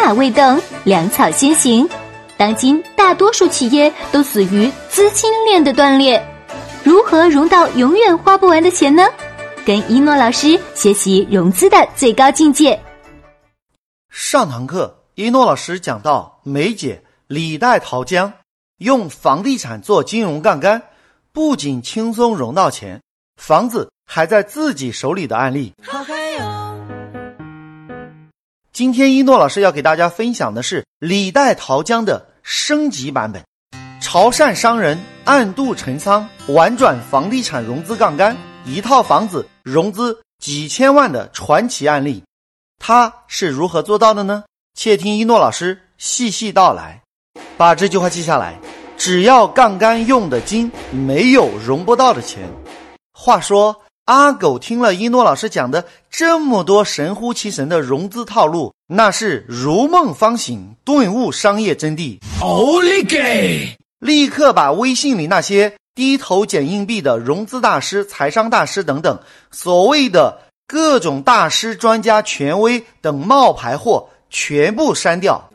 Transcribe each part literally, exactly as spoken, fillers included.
马未动，粮草先行。当今大多数企业都死于资金链的断裂，如何融到永远花不完的钱呢？跟一诺老师学习融资的最高境界。 上堂课，一诺老师讲到梅姐李代桃僵用房地产做金融杠杆，不仅轻松融到钱，房子还在自己手里的案例。今天一诺老师要给大家分享的是李代桃僵的升级版本，潮汕商人暗度陈仓，玩转房地产融资杠杆，一套房子融资几千万的传奇案例。他是如何做到的呢？且听一诺老师细细道来。把这句话记下来，只要杠杆用的精，没有融不到的钱。话说阿狗听了一诺老师讲的这么多神乎其神的融资套路，那是如梦方醒，顿悟商业真谛。立刻把微信里那些低头捡硬币的融资大师、财商大师等等所谓的各种大师、专家、权威等冒牌货全部删掉。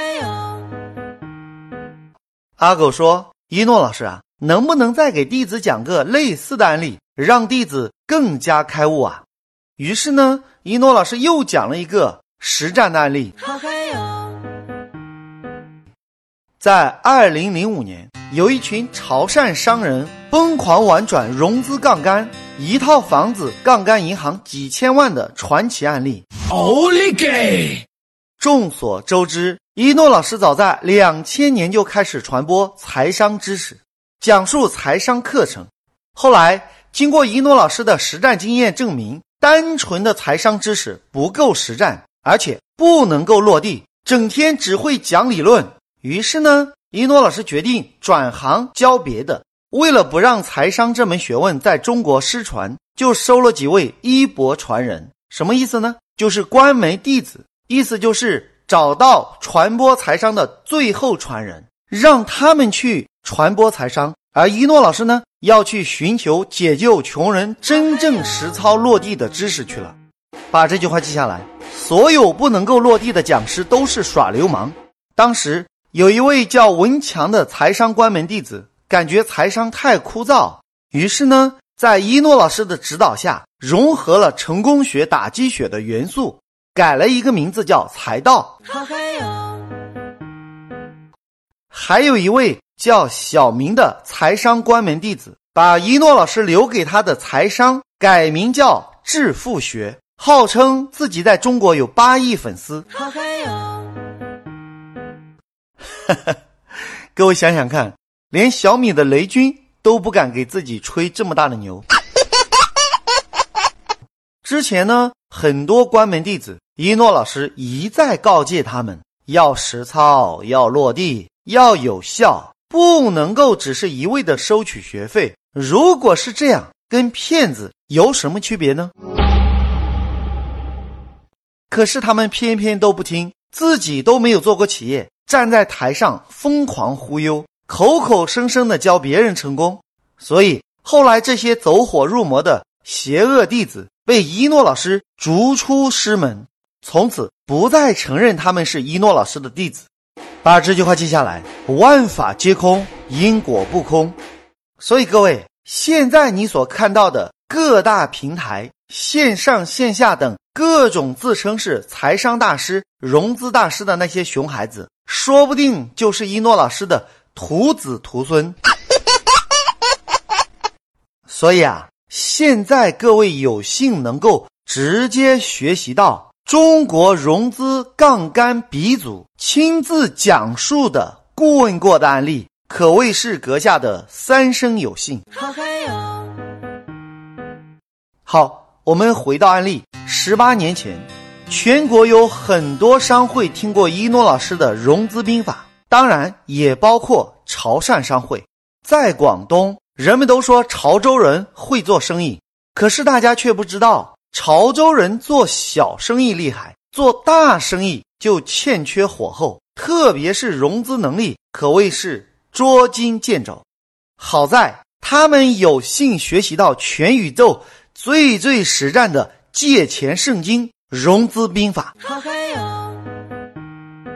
阿狗说，一诺老师啊，能不能再给弟子讲个类似的案例，让弟子更加开悟啊？于是呢，一诺老师又讲了一个实战的案例。在二零零五年，有一群潮汕商人疯狂玩转融资杠杆，一套房子杠杆银行几千万的传奇案例。众所周知，一诺老师早在两千年就开始传播财商知识，讲述财商课程。后来经过一诺老师的实战经验证明，单纯的财商知识不够实战，而且不能够落地，整天只会讲理论。于是呢，一诺老师决定转行教别的。为了不让财商这门学问在中国失传，就收了几位衣钵传人。什么意思呢？就是关门弟子，意思就是找到传播财商的最后传人，让他们去传播财商，而一诺老师呢，要去寻求解救穷人真正实操落地的知识去了。把这句话记下来，所有不能够落地的讲师都是耍流氓。当时有一位叫文强的财商关门弟子，感觉财商太枯燥，于是呢，在一诺老师的指导下，融合了成功学、打鸡血的元素，改了一个名字叫财道。还有一位叫小明的财商关门弟子，把一诺老师留给他的财商改名叫致富学，号称自己在中国有八亿粉丝。各位想想看，连小米的雷军都不敢给自己吹这么大的牛。之前呢，很多关门弟子，一诺老师一再告诫他们要实操，要落地，要有效，不能够只是一味的收取学费。如果是这样，跟骗子有什么区别呢？可是他们偏偏都不听，自己都没有做过企业，站在台上疯狂忽悠，口口声声的教别人成功。所以后来这些走火入魔的邪恶弟子被一诺老师逐出师门，从此不再承认他们是一诺老师的弟子。把这句话记下来，万法皆空，因果不空。所以各位，现在你所看到的各大平台、线上线下等各种自称是财商大师、融资大师的那些熊孩子，说不定就是一诺老师的徒子徒孙。所以啊，现在各位有幸能够直接学习到中国融资杠杆鼻祖亲自讲述的顾问过的案例，可谓是阁下的三生有幸。好，我们回到案例。十八年前，全国有很多商会听过一诺老师的融资兵法，当然也包括潮汕商会。在广东，人们都说潮州人会做生意，可是大家却不知道，潮州人做小生意厉害，做大生意就欠缺火候，特别是融资能力可谓是捉襟见肘。好在他们有幸学习到全宇宙最最实战的借钱圣经融资兵法。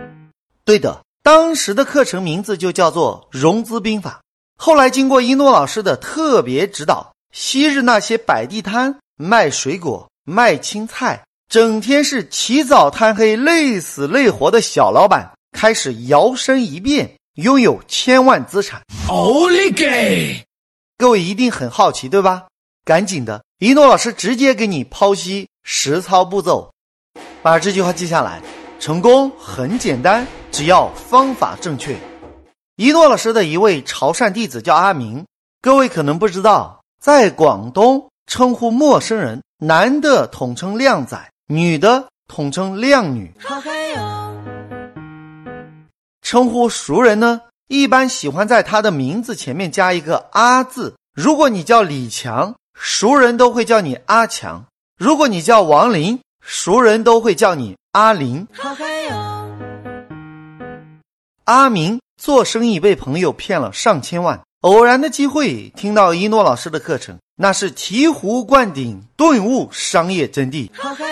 对的，当时的课程名字就叫做融资兵法。后来经过一诺老师的特别指导，昔日那些摆地摊、卖水果、卖青菜，整天是起早贪黑、累死累活的小老板，开始摇身一变，拥有千万资产。 奥利给！ 各位一定很好奇，对吧？赶紧的，一诺老师直接给你剖析实操步骤，把这句话记下来。成功很简单，只要方法正确。一诺老师的一位潮汕弟子叫阿明，各位可能不知道，在广东称呼陌生人，男的统称靓仔，女的统称靓女。称呼熟人呢，一般喜欢在他的名字前面加一个阿字。如果你叫李强，熟人都会叫你阿强；如果你叫王林，熟人都会叫你阿林。阿明做生意被朋友骗了上千万，偶然的机会听到一诺老师的课程，那是醍醐灌顶，顿悟商业真谛。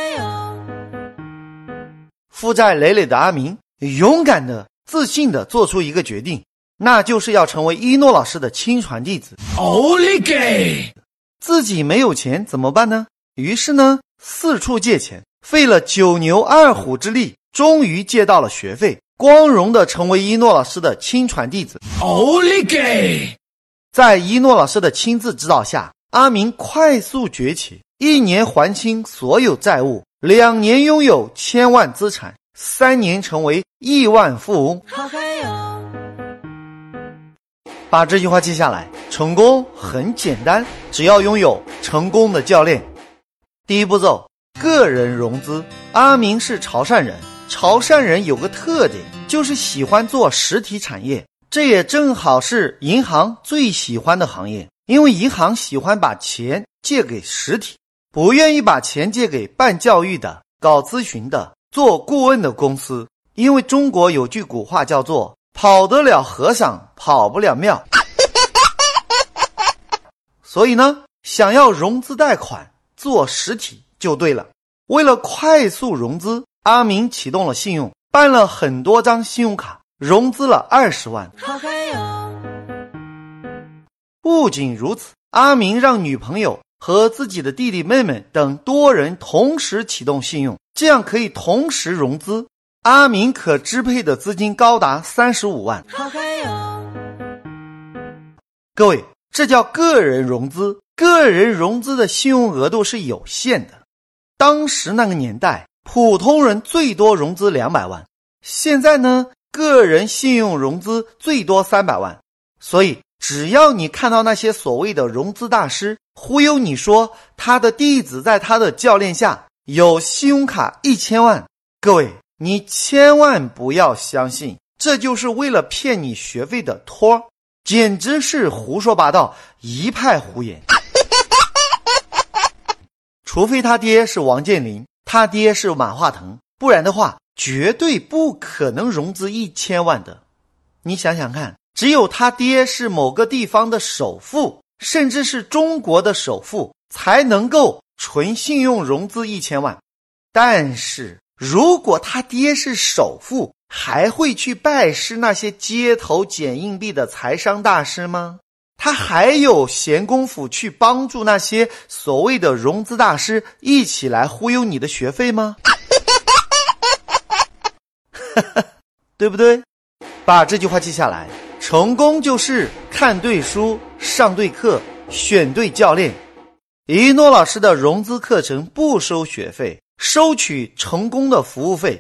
负债累累的阿明勇敢的、自信的做出一个决定，那就是要成为一诺老师的亲传弟子。 奥利给！ 自己没有钱怎么办呢？于是呢，四处借钱，费了九牛二虎之力，终于借到了学费，光荣的成为一诺老师的亲传弟子。 奥利给！ 在一诺老师的亲自指导下，阿明快速崛起，一年还清所有债务，两年拥有千万资产，三年成为亿万富翁。把这句话记下来，成功很简单，只要拥有成功的教练。第一步骤，个人融资。阿明是潮汕人，潮汕人有个特点，就是喜欢做实体产业，这也正好是银行最喜欢的行业，因为银行喜欢把钱借给实体，不愿意把钱借给办教育的、搞咨询的、做顾问的公司。因为中国有句古话叫做跑得了和尚跑不了庙。所以呢，想要融资贷款做实体就对了。为了快速融资，阿明启动了信用，办了很多张信用卡，融资了二十万。不仅如此，阿明让女朋友和自己的弟弟妹妹等多人同时启动信用，这样可以同时融资。阿明可支配的资金高达三十五万。各位，这叫个人融资。个人融资的信用额度是有限的。当时那个年代，普通人最多融资两百万，现在呢，个人信用融资最多三百万。所以只要你看到那些所谓的融资大师忽悠你说他的弟子在他的教练下有信用卡一千万，各位你千万不要相信，这就是为了骗你学费的托，简直是胡说八道，一派胡言。除非他爹是王健林，他爹是马化腾，不然的话绝对不可能融资一千万的。你想想看，只有他爹是某个地方的首富，甚至是中国的首富，才能够纯信用融资一千万。但是如果他爹是首富，还会去拜师那些街头捡硬币的财商大师吗？他还有闲工夫去帮助那些所谓的融资大师一起来忽悠你的学费吗？对不对？把这句话记下来，成功就是看对书、上对课、选对教练。一诺老师的融资课程不收学费，收取成功的服务费。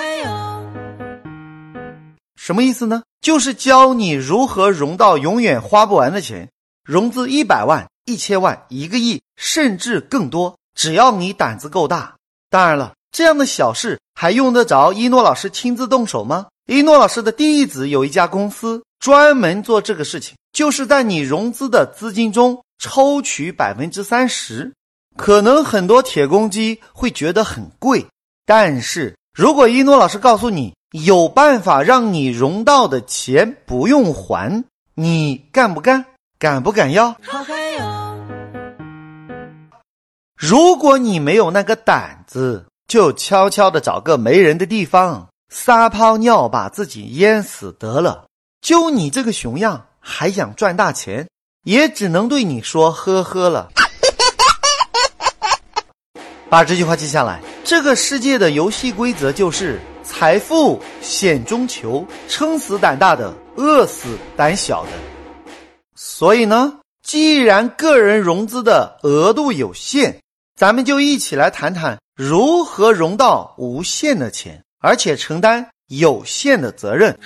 什么意思呢？就是教你如何融到永远花不完的钱，融资一百万、一千万、一个亿，甚至更多，只要你胆子够大。当然了，这样的小事还用得着一诺老师亲自动手吗？一诺老师的弟子有一家公司专门做这个事情，就是在你融资的资金中抽取 百分之三十。 可能很多铁公鸡会觉得很贵，但是如果一诺老师告诉你有办法让你融到的钱不用还，你干不干？敢不敢要？如果你没有那个胆子，就悄悄地找个没人的地方， 撒泡尿把自己淹死得了。就你这个熊样，还想赚大钱，也只能对你说呵呵了。把这句话记下来，这个世界的游戏规则就是财富险中求，撑死胆大的，饿死胆小的。所以呢，既然个人融资的额度有限，咱们就一起来谈谈如何融到无限的钱，而且承担有限的责任。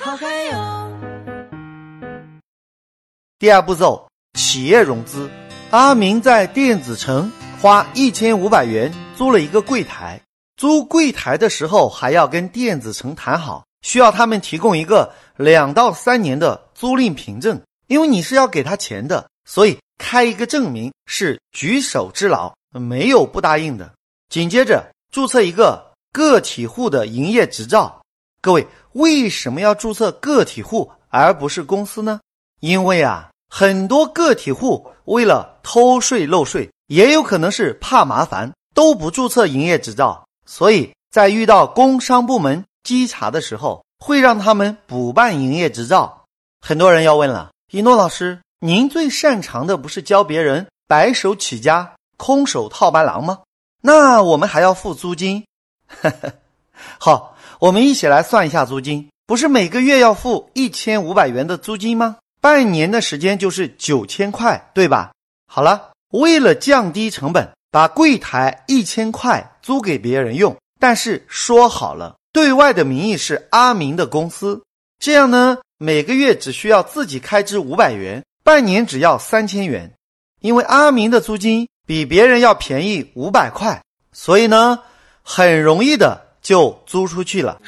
第二步骤，企业融资。阿明在电子城花一千五百元租了一个柜台，租柜台的时候还要跟电子城谈好，需要他们提供一个两到三年的租赁凭证，因为你是要给他钱的，所以开一个证明是举手之劳，没有不答应的。紧接着注册一个个体户的营业执照。各位，为什么要注册个体户而不是公司呢？因为啊，很多个体户为了偷税漏税，也有可能是怕麻烦，都不注册营业执照，所以在遇到工商部门稽查的时候，会让他们补办营业执照。很多人要问了，一诺老师，您最擅长的不是教别人白手起家空手套白狼吗？那我们还要付租金。好，我们一起来算一下租金，不是每个月要付一千五百元的租金吗？半年的时间就是九千块，对吧？好了，为了降低成本，把柜台一千块租给别人用，但是说好了，对外的名义是阿明的公司，这样呢，每个月只需要自己开支五百元，半年只要三千元。因为阿明的租金比别人要便宜五百块，所以呢，很容易的就租出去了。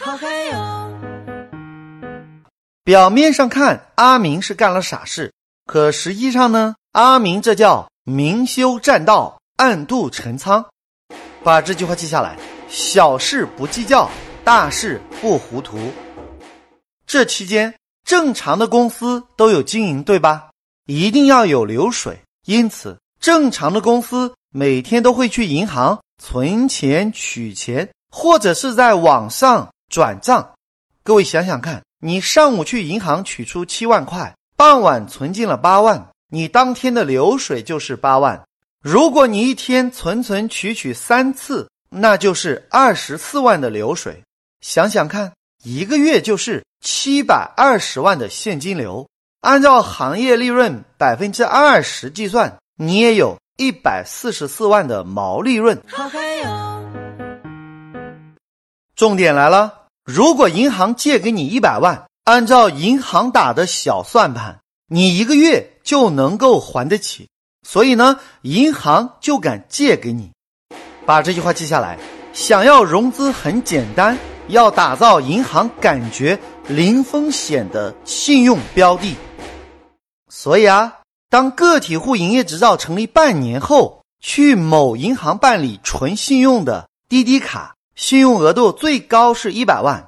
表面上看阿明是干了傻事，可实际上呢，阿明这叫明修栈道，暗度陈仓。把这句话记下来，小事不计较，大事不糊涂。这期间正常的公司都有经营，对吧？一定要有流水，因此正常的公司每天都会去银行存钱取钱，或者是在网上转账。各位想想看，你上午去银行取出七万块，傍晚存进了八万，你当天的流水就是八万。如果你一天存存取取三次，那就是二十四万的流水。想想看，一个月就是七百二十万的现金流。按照行业利润 百分之二十 计算，你也有一百四十四万的毛利润。重点来了，如果银行借给你一百万，按照银行打的小算盘，你一个月就能够还得起，所以呢，银行就敢借给你。把这句话记下来，想要融资很简单，要打造银行感觉零风险的信用标的。所以啊，当个体户营业执照成立半年后，去某银行办理纯信用的滴滴卡，信用额度最高是一百万。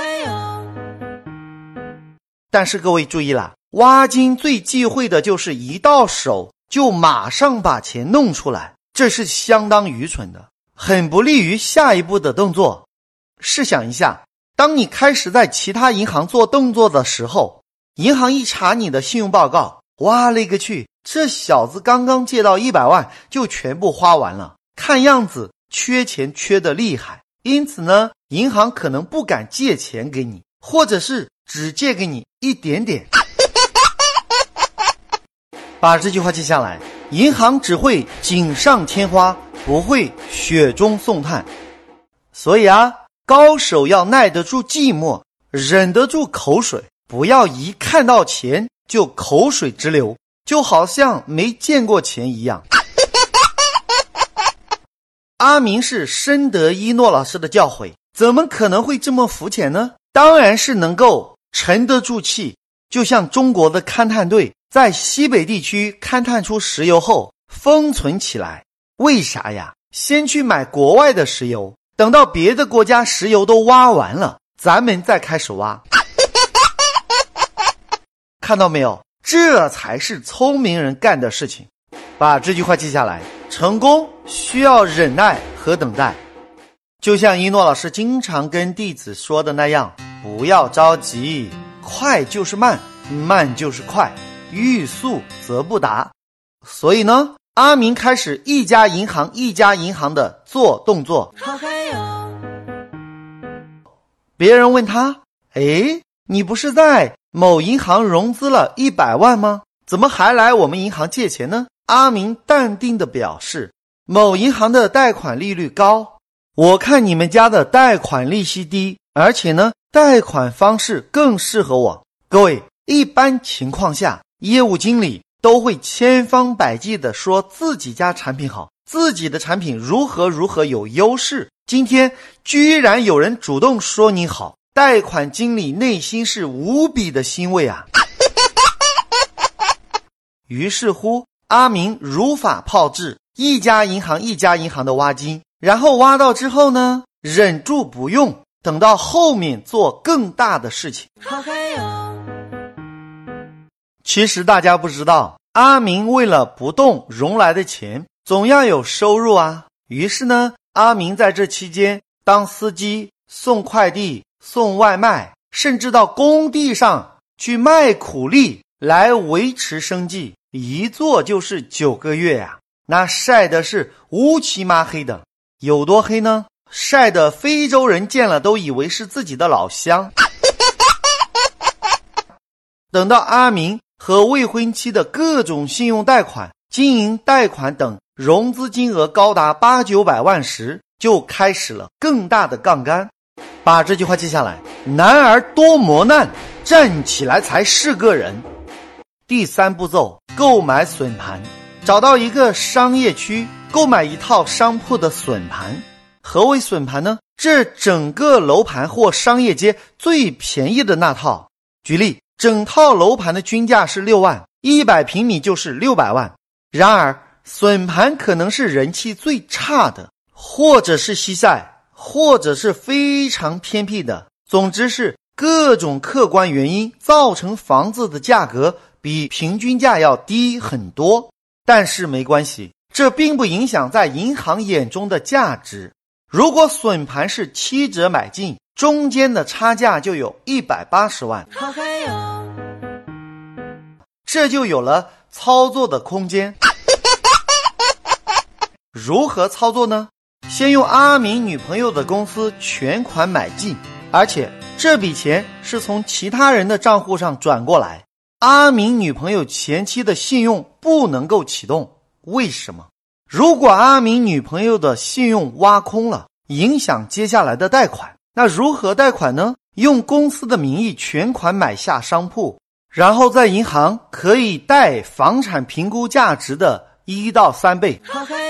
但是各位注意了，挖金最忌讳的就是一到手就马上把钱弄出来，这是相当愚蠢的，很不利于下一步的动作。试想一下，当你开始在其他银行做动作的时候，银行一查你的信用报告，哇了个去，这小子刚刚借到一百万就全部花完了，看样子缺钱缺得厉害。因此呢，银行可能不敢借钱给你，或者是只借给你一点点。把这句话记下来，银行只会锦上添花，不会雪中送炭。所以啊，高手要耐得住寂寞，忍得住口水，不要一看到钱就口水直流，就好像没见过钱一样。阿明是深得一诺老师的教诲，怎么可能会这么肤浅呢？当然是能够沉得住气。就像中国的勘探队在西北地区勘探出石油后封存起来，为啥呀？先去买国外的石油，等到别的国家石油都挖完了，咱们再开始挖。看到没有？这才是聪明人干的事情。把这句话记下来，成功需要忍耐和等待。 就像一诺老师经常跟弟子说的那样，不要着急，快就是慢，慢就是快，欲速则不达。所以呢，阿明开始一家银行一家银行的做动作。别人问他，诶，你不是在某银行融资了一百万吗？怎么还来我们银行借钱呢？阿明淡定地表示，某银行的贷款利率高，我看你们家的贷款利息低，而且呢，贷款方式更适合我。各位，一般情况下，业务经理都会千方百计地说自己家产品好，自己的产品如何如何有优势。今天居然有人主动说你好，贷款经理内心是无比的欣慰啊。于是乎，阿明如法炮制，一家银行一家银行的挖金，然后挖到之后呢，忍住不用，等到后面做更大的事情。其实大家不知道，阿明为了不动融来的钱，总要有收入啊。于是呢，阿明在这期间当司机，送快递，送外卖，甚至到工地上去卖苦力来维持生计，一做就是九个月呀、啊，那晒的是乌漆麻黑的，有多黑呢？晒的非洲人见了都以为是自己的老乡。等到阿明和未婚妻的各种信用贷款、经营贷款等融资金额高达八九百万时，就开始了更大的杠杆。把这句话记下来，男儿多磨难，站起来才是个人。第三步骤，购买笋盘。找到一个商业区，购买一套商铺的笋盘。何为笋盘呢？这整个楼盘或商业街最便宜的那套。举例，整套楼盘的均价是六万，一百平米就是六百万。然而笋盘可能是人气最差的，或者是西晒，或者是非常偏僻的，总之是各种客观原因造成房子的价格比平均价要低很多。但是没关系，这并不影响在银行眼中的价值。如果笋盘是七折买进，中间的差价就有一百八十万，这就有了操作的空间。如何操作呢？先用阿明女朋友的公司全款买进，而且这笔钱是从其他人的账户上转过来。阿明女朋友前期的信用不能够启动，为什么？如果阿明女朋友的信用挖空了，影响接下来的贷款，那如何贷款呢？用公司的名义全款买下商铺，然后在银行可以贷房产评估价值的一到三倍。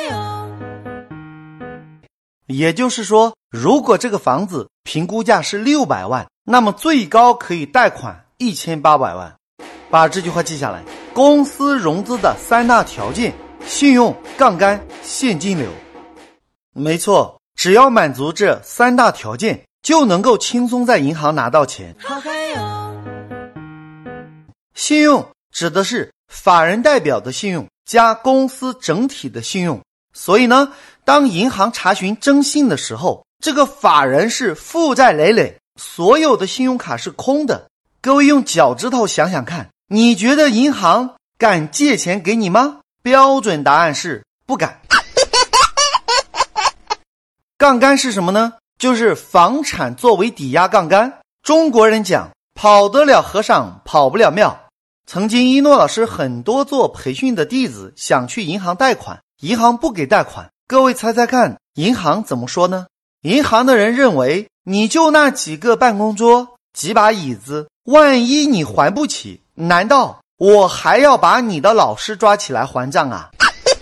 也就是说，如果这个房子评估价是六百万，那么最高可以贷款一千八百万。把这句话记下来，公司融资的三大条件：信用、杠杆、现金流。没错，只要满足这三大条件，就能够轻松在银行拿到钱。信用指的是法人代表的信用加公司整体的信用。所以呢，当银行查询征信的时候，这个法人是负债累累，所有的信用卡是空的。各位用脚趾头想想看，你觉得银行敢借钱给你吗？标准答案是不敢。杠杆是什么呢？就是房产作为抵押杠杆。中国人讲，跑得了和尚跑不了庙。曾经一诺老师很多做培训的弟子想去银行贷款，银行不给贷款。各位猜猜看，银行怎么说呢？银行的人认为，你就那几个办公桌，几把椅子，万一你还不起，难道我还要把你的老师抓起来还账啊？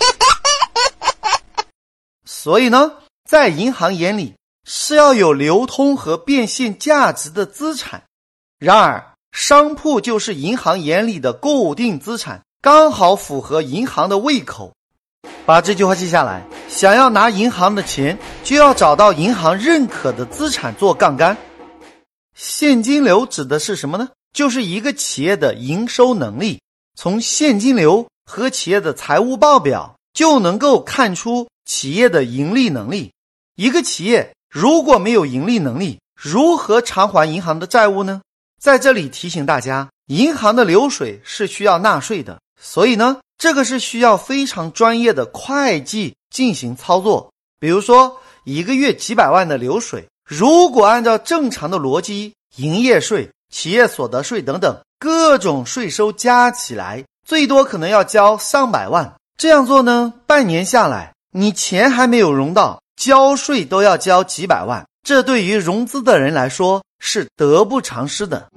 所以呢，在银行眼里是要有流通和变现价值的资产。然而商铺就是银行眼里的固定资产，刚好符合银行的胃口。把这句话记下来，想要拿银行的钱，就要找到银行认可的资产做杠杆。现金流指的是什么呢？就是一个企业的营收能力。从现金流和企业的财务报表就能够看出企业的盈利能力。一个企业如果没有盈利能力，如何偿还银行的债务呢？在这里提醒大家，银行的流水是需要纳税的，所以呢，这个是需要非常专业的会计进行操作。比如说，一个月几百万的流水，如果按照正常的逻辑，营业税、企业所得税等等各种税收加起来，最多可能要交上百万。这样做呢，半年下来，你钱还没有融到，交税都要交几百万，这对于融资的人来说是得不偿失的。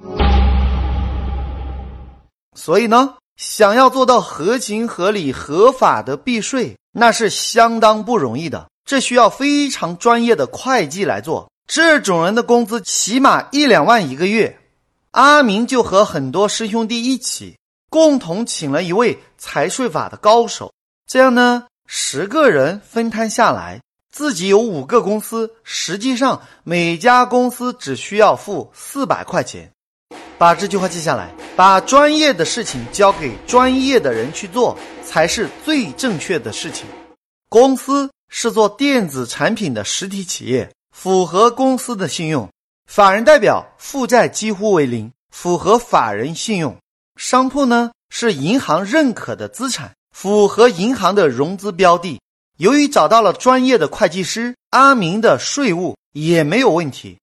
所以呢，想要做到合情合理合法的避税，那是相当不容易的，这需要非常专业的会计来做。这种人的工资起码一两万一个月。阿明就和很多师兄弟一起共同请了一位财税法的高手，这样呢，十个人分摊下来，自己有五个公司，实际上每家公司只需要付四百块钱。把这句话记下来，把专业的事情交给专业的人去做，才是最正确的事情。公司是做电子产品的实体企业，符合公司的信用。法人代表负债几乎为零，符合法人信用。商铺呢，是银行认可的资产，符合银行的融资标的。由于找到了专业的会计师，阿明的税务也没有问题。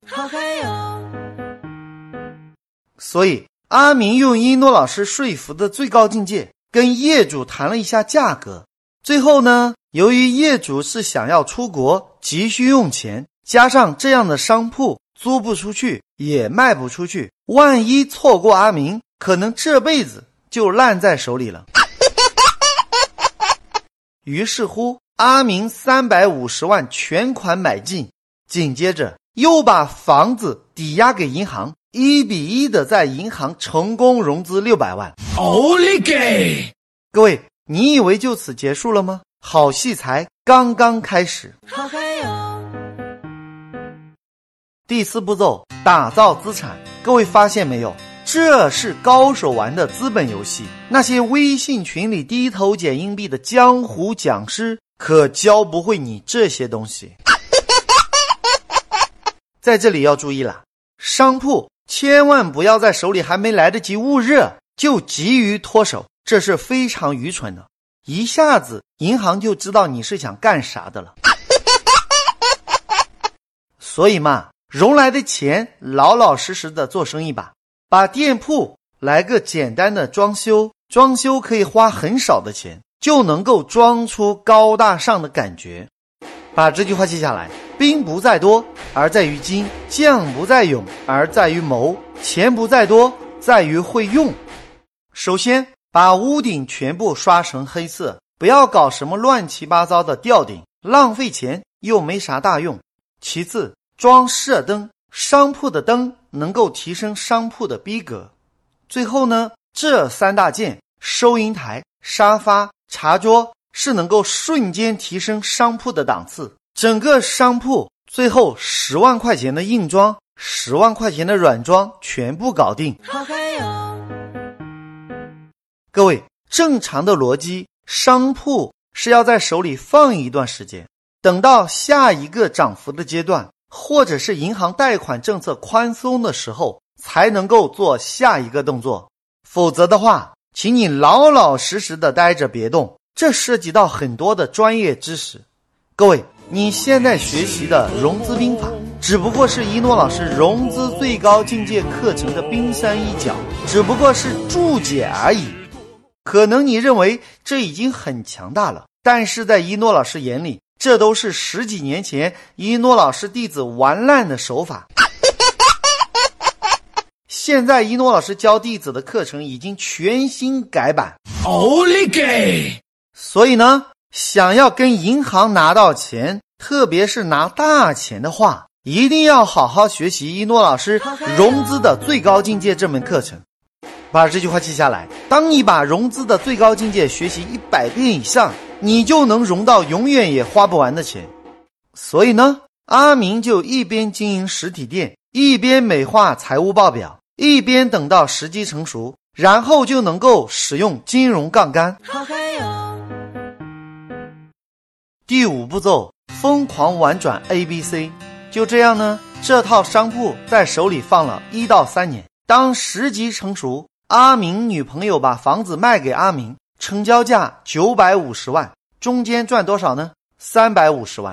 所以阿明用一诺老师说服的最高境界，跟业主谈了一下价格。最后呢，由于业主是想要出国，急需用钱，加上这样的商铺租不出去也卖不出去，万一错过阿明，可能这辈子就烂在手里了。于是乎，阿明三百五十万全款买进，紧接着又把房子抵押给银行，一比一的在银行成功融资六百万。 Holy gay！ 各位，你以为就此结束了吗？好戏才刚刚开始。第四步骤，打造资产。各位发现没有，这是高手玩的资本游戏，那些微信群里低头捡硬币的江湖讲师可教不会你这些东西。在这里要注意了，商铺千万不要在手里还没来得及捂热就急于脱手，这是非常愚蠢的，一下子银行就知道你是想干啥的了。所以嘛，融来的钱老老实实的做生意吧，把店铺来个简单的装修，装修可以花很少的钱，就能够装出高大上的感觉。把这句话记下来，兵不在多而在于精，将不在勇而在于谋，钱不在多在于会用。首先把屋顶全部刷成黑色，不要搞什么乱七八糟的吊顶，浪费钱又没啥大用。其次，装射灯，商铺的灯能够提升商铺的逼格。最后呢，这三大件，收银台、沙发、茶桌，是能够瞬间提升商铺的档次。整个商铺最后十万块钱的硬装，十万块钱的软装全部搞定。各位，正常的逻辑，商铺是要在手里放一段时间，等到下一个涨幅的阶段，或者是银行贷款政策宽松的时候，才能够做下一个动作。否则的话，请你老老实实的待着别动，这涉及到很多的专业知识。各位，你现在学习的融资兵法只不过是一诺老师融资最高境界课程的冰山一角，只不过是注解而已。可能你认为这已经很强大了，但是在一诺老师眼里，这都是十几年前一诺老师弟子玩烂的手法。现在一诺老师教弟子的课程已经全新改版。 Holy gay！ 所以呢，想要跟银行拿到钱，特别是拿大钱的话，一定要好好学习一诺老师融资的最高境界这门课程。把这句话记下来，当你把融资的最高境界学习一百遍以上，你就能融到永远也花不完的钱。所以呢，阿明就一边经营实体店，一边美化财务报表，一边等到时机成熟，然后就能够使用金融杠杆。第五步骤，疯狂玩转 A B C。 就这样呢，这套商铺在手里放了一到三年。当时机成熟，阿明女朋友把房子卖给阿明，成交价九百五十万，中间赚多少呢？三百五十万。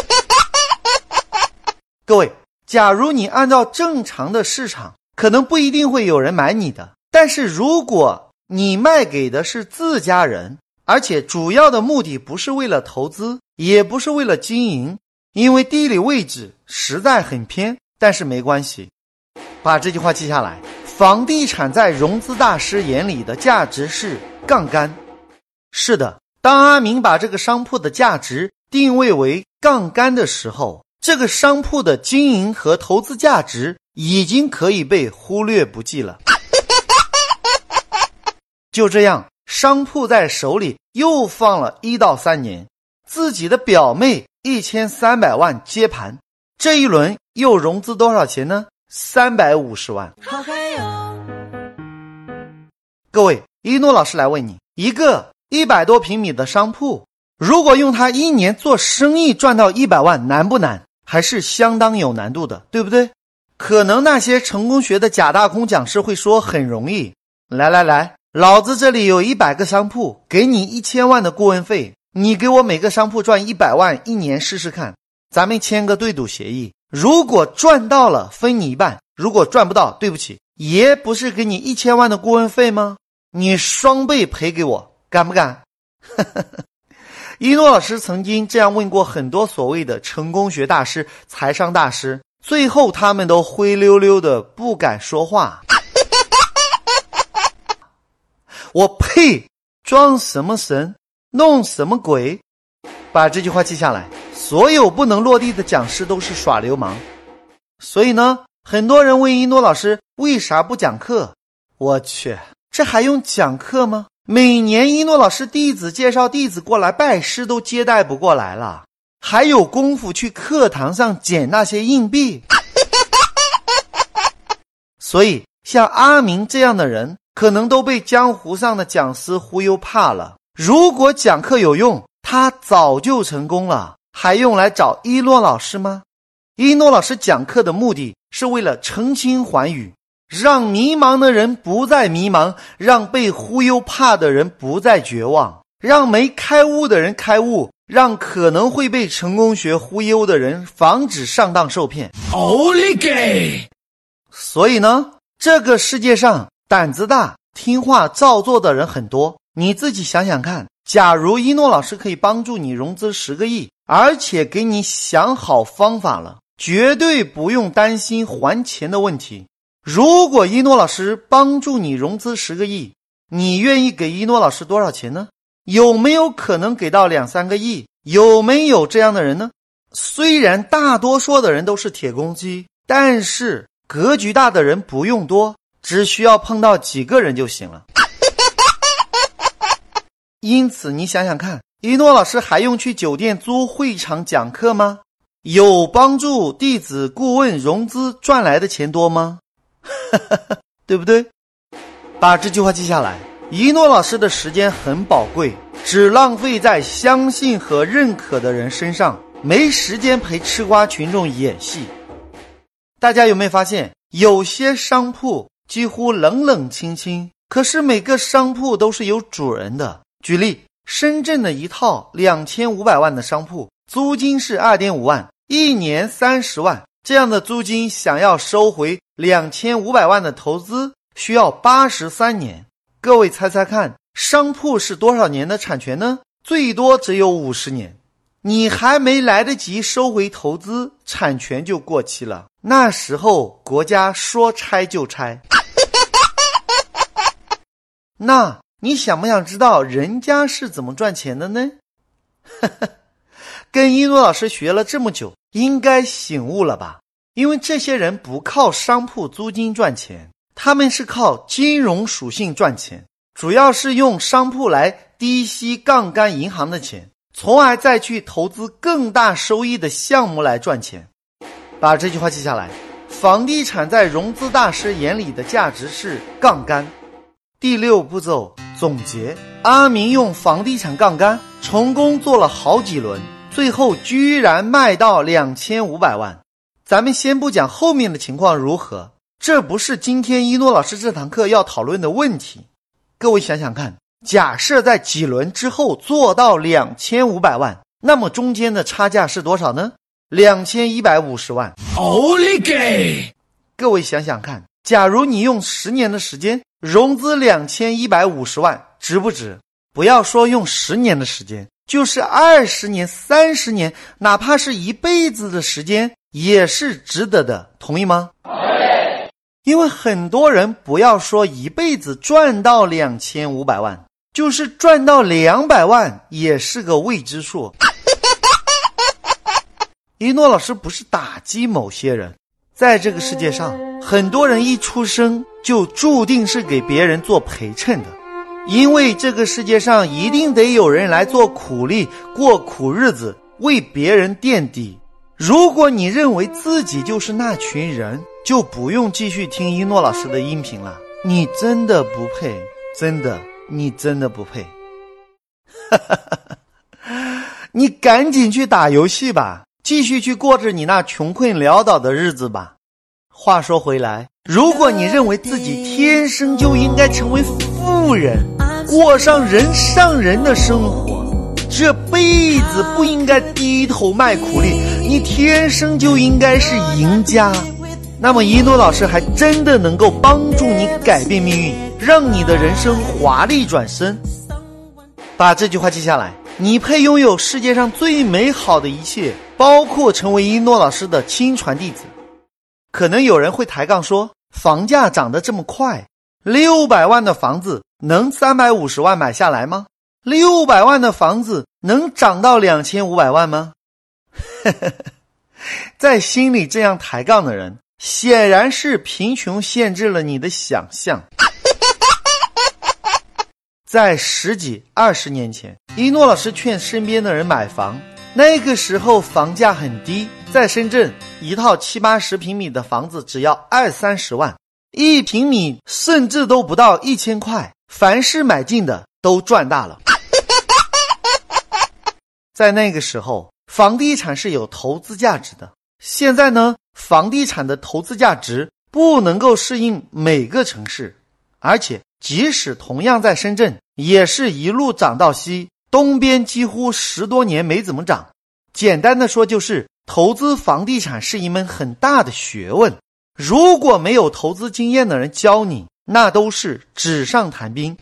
各位，假如你按照正常的市场，可能不一定会有人买你的，但是如果你卖给的是自家人，而且主要的目的不是为了投资，也不是为了经营，因为地理位置实在很偏，但是没关系。把这句话记下来，房地产在融资大师眼里的价值是杠杆。是的，当阿明把这个商铺的价值定位为杠杆的时候，这个商铺的经营和投资价值已经可以被忽略不计了。就这样，商铺在手里又放了一到三年，自己的表妹一千三百万接盘，这一轮又融资多少钱呢？三百五十万。各位，一诺老师来问你，一个一百多平米的商铺，如果用它一年做生意赚到一百万，难不难？还是相当有难度的，对不对？可能那些成功学的假大空讲师会说很容易。来来来，老子这里有一百个商铺，给你一千万的顾问费，你给我每个商铺赚一百万，一年试试看。咱们签个对赌协议，如果赚到了分你一半，如果赚不到，对不起，爷不是给你一千万的顾问费吗？你双倍赔给我，敢不敢？一诺老师曾经这样问过很多所谓的成功学大师、财商大师，最后他们都灰溜溜的不敢说话。我呸，装什么神，弄什么鬼？把这句话记下来，所有不能落地的讲师都是耍流氓。所以呢，很多人问一诺老师为啥不讲课，我去，这还用讲课吗？每年一诺老师弟子介绍弟子过来拜师都接待不过来了，还有功夫去课堂上捡那些硬币？所以像阿明这样的人可能都被江湖上的讲师忽悠怕了。如果讲课有用，他早就成功了，还用来找一诺老师吗？一诺老师讲课的目的是为了澄清寰宇，让迷茫的人不再迷茫，让被忽悠怕的人不再绝望，让没开悟的人开悟，让可能会被成功学忽悠的人防止上当受骗。所以呢，这个世界上胆子大、听话照做的人很多。你自己想想看，假如一诺老师可以帮助你融资十个亿，而且给你想好方法了，绝对不用担心还钱的问题。如果一诺老师帮助你融资十个亿，你愿意给一诺老师多少钱呢？有没有可能给到两三个亿？有没有这样的人呢？虽然大多数的人都是铁公鸡，但是格局大的人不用多，只需要碰到几个人就行了。因此你想想看，一诺老师还用去酒店租会场讲课吗？有帮助弟子顾问融资赚来的钱多吗？对不对？把这句话记下来，一诺老师的时间很宝贵，只浪费在相信和认可的人身上，没时间陪吃瓜群众演戏。大家有没有发现，有些商铺几乎冷冷清清，可是每个商铺都是有主人的。举例，深圳的一套两千五百万的商铺，租金是 二点五万，一年三十万，这样的租金想要收回两千五百万的投资，需要八十三年。各位猜猜看，商铺是多少年的产权呢？最多只有五十年。你还没来得及收回投资，产权就过期了。那时候国家说拆就拆。那你想不想知道人家是怎么赚钱的呢？跟一诺老师学了这么久，应该醒悟了吧？因为这些人不靠商铺租金赚钱，他们是靠金融属性赚钱，主要是用商铺来低息杠杆银行的钱，从而再去投资更大收益的项目来赚钱。把这句话记下来，房地产在融资大师眼里的价值是杠杆。第六步骤总结，阿明用房地产杠杆成功做了好几轮，最后居然卖到两千五百万。 咱们先不讲后面的情况如何，这不是今天一诺老师这堂课要讨论的问题。各位想想看，假设在几轮之后做到两千五百万，那么中间的差价是多少呢？两千一百五十万。 Holy gay！ 各位想想看，假如你用十年的时间融资两千一百五十万，值不值？不要说用十年的时间，就是二十年、三十年，哪怕是一辈子的时间，也是值得的，同意吗？因为很多人不要说一辈子赚到两千五百万，就是赚到两百万也是个未知数。一诺老师不是打击某些人，在这个世界上，很多人一出生就注定是给别人做陪衬的，因为这个世界上一定得有人来做苦力，过苦日子，为别人垫底。如果你认为自己就是那群人，就不用继续听一诺老师的音频了，你真的不配，真的，你真的不配。你赶紧去打游戏吧，继续去过着你那穷困潦倒的日子吧。话说回来，如果你认为自己天生就应该成为富人，过上人上人的生活，这辈子不应该低头卖苦力，你天生就应该是赢家，那么一诺老师还真的能够帮助你改变命运，让你的人生华丽转身。把这句话记下来，你配拥有世界上最美好的一切，包括成为一诺老师的亲传弟子。可能有人会抬杠说，房价涨得这么快，六百万的房子能三百五十万买下来吗？六百万的房子能涨到两千五百万吗？在心里这样抬杠的人，显然是贫穷限制了你的想象。在十几二十年前，一诺老师劝身边的人买房，那个时候房价很低，在深圳一套七八十平米的房子只要二三十万，一平米甚至都不到一千块，凡是买进的都赚大了。在那个时候，房地产是有投资价值的，现在呢，房地产的投资价值不能够适应每个城市，而且即使同样在深圳，也是一路涨到西，东边几乎十多年没怎么涨。简单的说，就是投资房地产是一门很大的学问，如果没有投资经验的人教你，那都是纸上谈兵。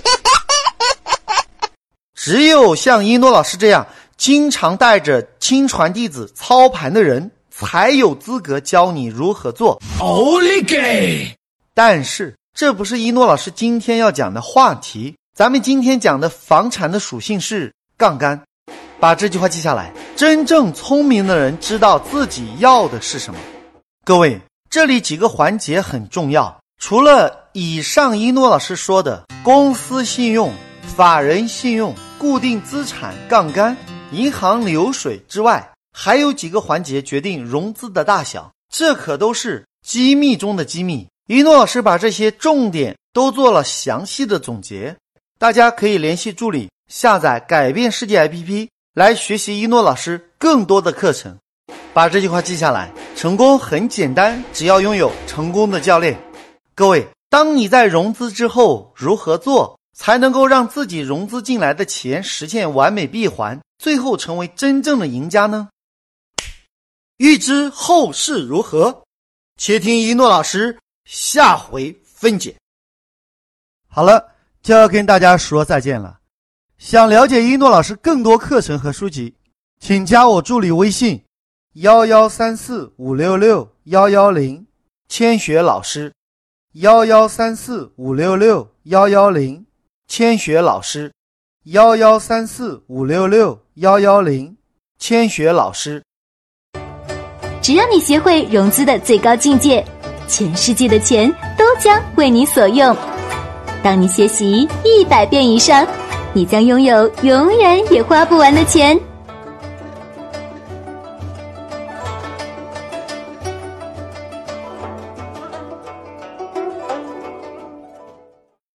只有像一诺老师这样经常带着亲传弟子操盘的人，才有资格教你如何做。 Holy gay！ 但是这不是一诺老师今天要讲的话题，咱们今天讲的房产的属性是杠杆。把这句话记下来，真正聪明的人知道自己要的是什么。各位，这里几个环节很重要，除了以上一诺老师说的公司信用、法人信用、固定资产、杠杆、银行流水之外，还有几个环节决定融资的大小，这可都是机密中的机密。一诺老师把这些重点都做了详细的总结，大家可以联系助理下载改变世界 A P P 来学习一诺老师更多的课程。把这句话记下来，成功很简单，只要拥有成功的教练。各位，当你在融资之后如何做才能够让自己融资进来的钱实现完美闭环，最后成为真正的赢家呢？欲知后事如何，且听一诺老师下回分解。好了，就要跟大家说再见了。想了解一诺老师更多课程和书籍，请加我助理微信幺幺三四五六六幺幺零，千雪老师幺幺三四五六六幺幺零，千雪老师幺幺三四五六六幺幺零，千雪老师。 只要你学会融资的最高境界，全世界的钱都将为你所用。当你学习一百遍以上，你将拥有永远也花不完的钱。